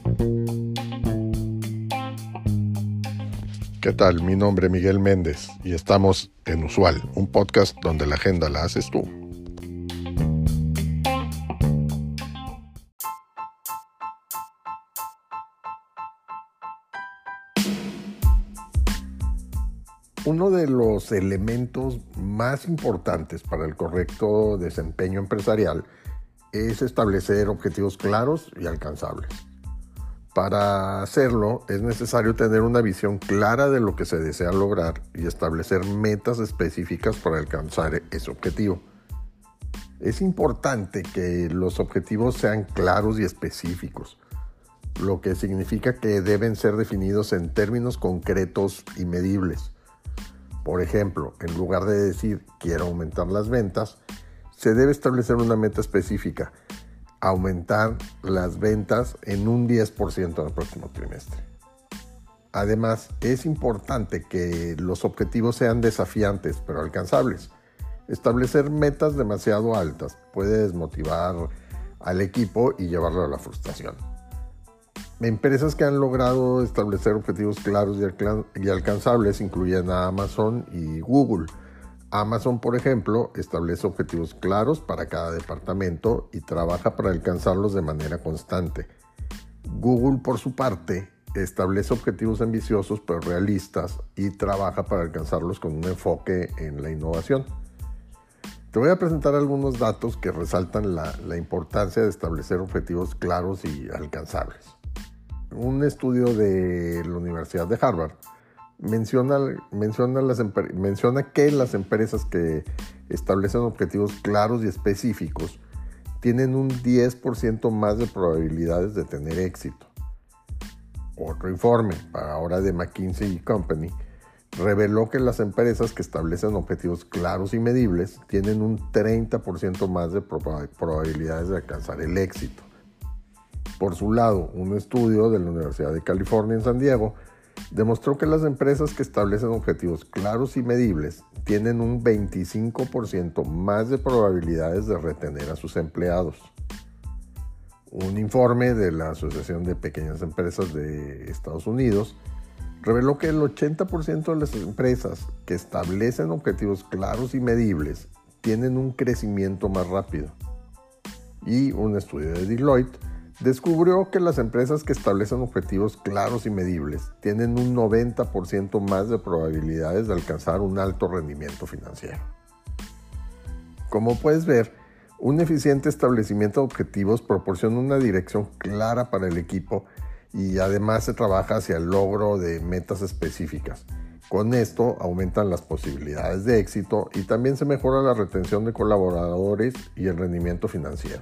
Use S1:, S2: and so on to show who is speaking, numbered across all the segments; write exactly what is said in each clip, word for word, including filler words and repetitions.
S1: ¿Qué tal? Mi nombre es Miguel Méndez y estamos en Usual, un podcast donde la agenda la haces tú. Uno de los elementos más importantes para el correcto desempeño empresarial es establecer objetivos claros y alcanzables. Para hacerlo es necesario tener una visión clara de lo que se desea lograr y establecer metas específicas para alcanzar ese objetivo. Es importante que los objetivos sean claros y específicos, lo que significa que deben ser definidos en términos concretos y medibles. Por ejemplo, en lugar de decir quiero aumentar las ventas, se debe establecer una meta específica: aumentar las ventas en un diez por ciento en el próximo trimestre. Además, es importante que los objetivos sean desafiantes pero alcanzables. Establecer metas demasiado altas puede desmotivar al equipo y llevarlo a la frustración. Empresas que han logrado establecer objetivos claros y alcanzables incluyen a Amazon y Google. Amazon, por ejemplo, establece objetivos claros para cada departamento y trabaja para alcanzarlos de manera constante. Google, por su parte, establece objetivos ambiciosos pero realistas y trabaja para alcanzarlos con un enfoque en la innovación. Te voy a presentar algunos datos que resaltan la, la importancia de establecer objetivos claros y alcanzables. Un estudio de la Universidad de Harvard Menciona, menciona, las, menciona que las empresas que establecen objetivos claros y específicos tienen un diez por ciento más de probabilidades de tener éxito. Otro informe, para ahora de McKinsey and Company, reveló que las empresas que establecen objetivos claros y medibles tienen un treinta por ciento más de prob- probabilidades de alcanzar el éxito. Por su lado, un estudio de la Universidad de California en San Diego demostró que las empresas que establecen objetivos claros y medibles tienen un veinticinco por ciento más de probabilidades de retener a sus empleados. Un informe de la Asociación de Pequeñas Empresas de Estados Unidos reveló que el ochenta por ciento de las empresas que establecen objetivos claros y medibles tienen un crecimiento más rápido. Y un estudio de Deloitte descubrió que las empresas que establecen objetivos claros y medibles tienen un noventa por ciento más de probabilidades de alcanzar un alto rendimiento financiero. Como puedes ver, un eficiente establecimiento de objetivos proporciona una dirección clara para el equipo y además se trabaja hacia el logro de metas específicas. Con esto aumentan las posibilidades de éxito y también se mejora la retención de colaboradores y el rendimiento financiero.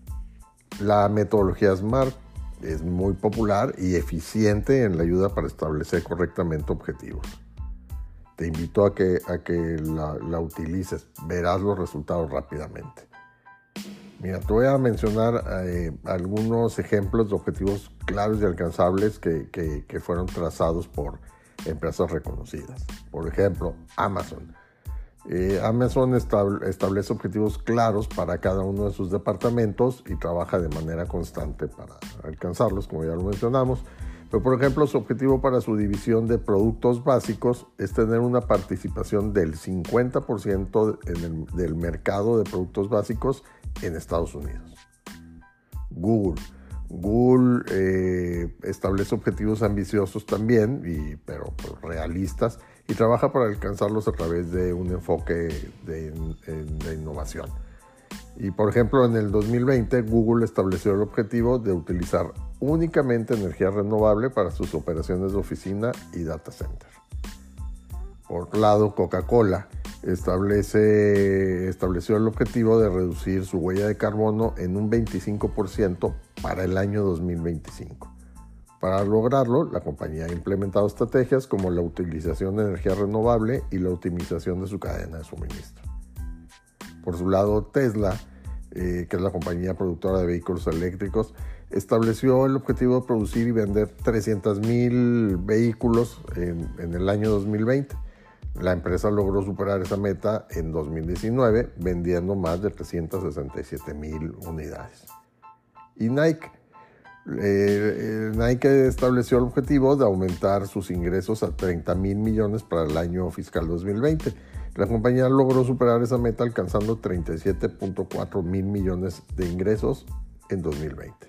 S1: La metodología SMART es muy popular y eficiente en la ayuda para establecer correctamente objetivos. Te invito a que, a que la, la utilices, verás los resultados rápidamente. Mira, te voy a mencionar eh, algunos ejemplos de objetivos claros y alcanzables que, que, que fueron trazados por empresas reconocidas. Por ejemplo, Amazon. Eh, Amazon estable, establece objetivos claros para cada uno de sus departamentos y trabaja de manera constante para alcanzarlos, como ya lo mencionamos. Pero, por ejemplo, su objetivo para su división de productos básicos es tener una participación del cincuenta por ciento en el, del mercado de productos básicos en Estados Unidos. Google. Google eh, establece objetivos ambiciosos también, y, pero, pero realistas, y trabaja para alcanzarlos a través de un enfoque de, de, de innovación. Y por ejemplo, en el dos mil veinte, Google estableció el objetivo de utilizar únicamente energía renovable para sus operaciones de oficina y data center. Por otro lado, Coca-Cola establece, estableció el objetivo de reducir su huella de carbono en un veinticinco por ciento para el año dos mil veinticinco. Para lograrlo, la compañía ha implementado estrategias como la utilización de energía renovable y la optimización de su cadena de suministro. Por su lado, Tesla, eh, que es la compañía productora de vehículos eléctricos, estableció el objetivo de producir y vender trescientos mil vehículos en, en el año dos mil veinte. La empresa logró superar esa meta en dos mil diecinueve, vendiendo más de trescientas sesenta y siete mil unidades. Y Nike Eh, Nike estableció el objetivo de aumentar sus ingresos a treinta mil millones para el año fiscal dos mil veinte. La compañía logró superar esa meta alcanzando treinta y siete punto cuatro mil millones de ingresos en dos mil veinte.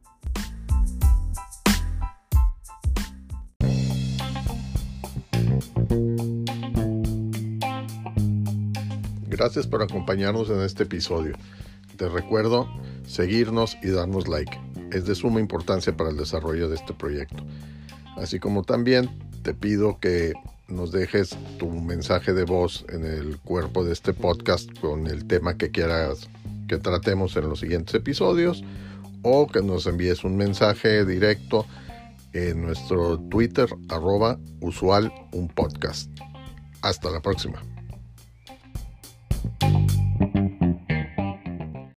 S1: Gracias por acompañarnos en este episodio. Te recuerdo seguirnos y darnos like. Es de suma importancia para el desarrollo de este proyecto. Así como también te pido que nos dejes tu mensaje de voz en el cuerpo de este podcast con el tema que quieras que tratemos en los siguientes episodios, o que nos envíes un mensaje directo en nuestro Twitter, arroba usual un podcast. Hasta la próxima.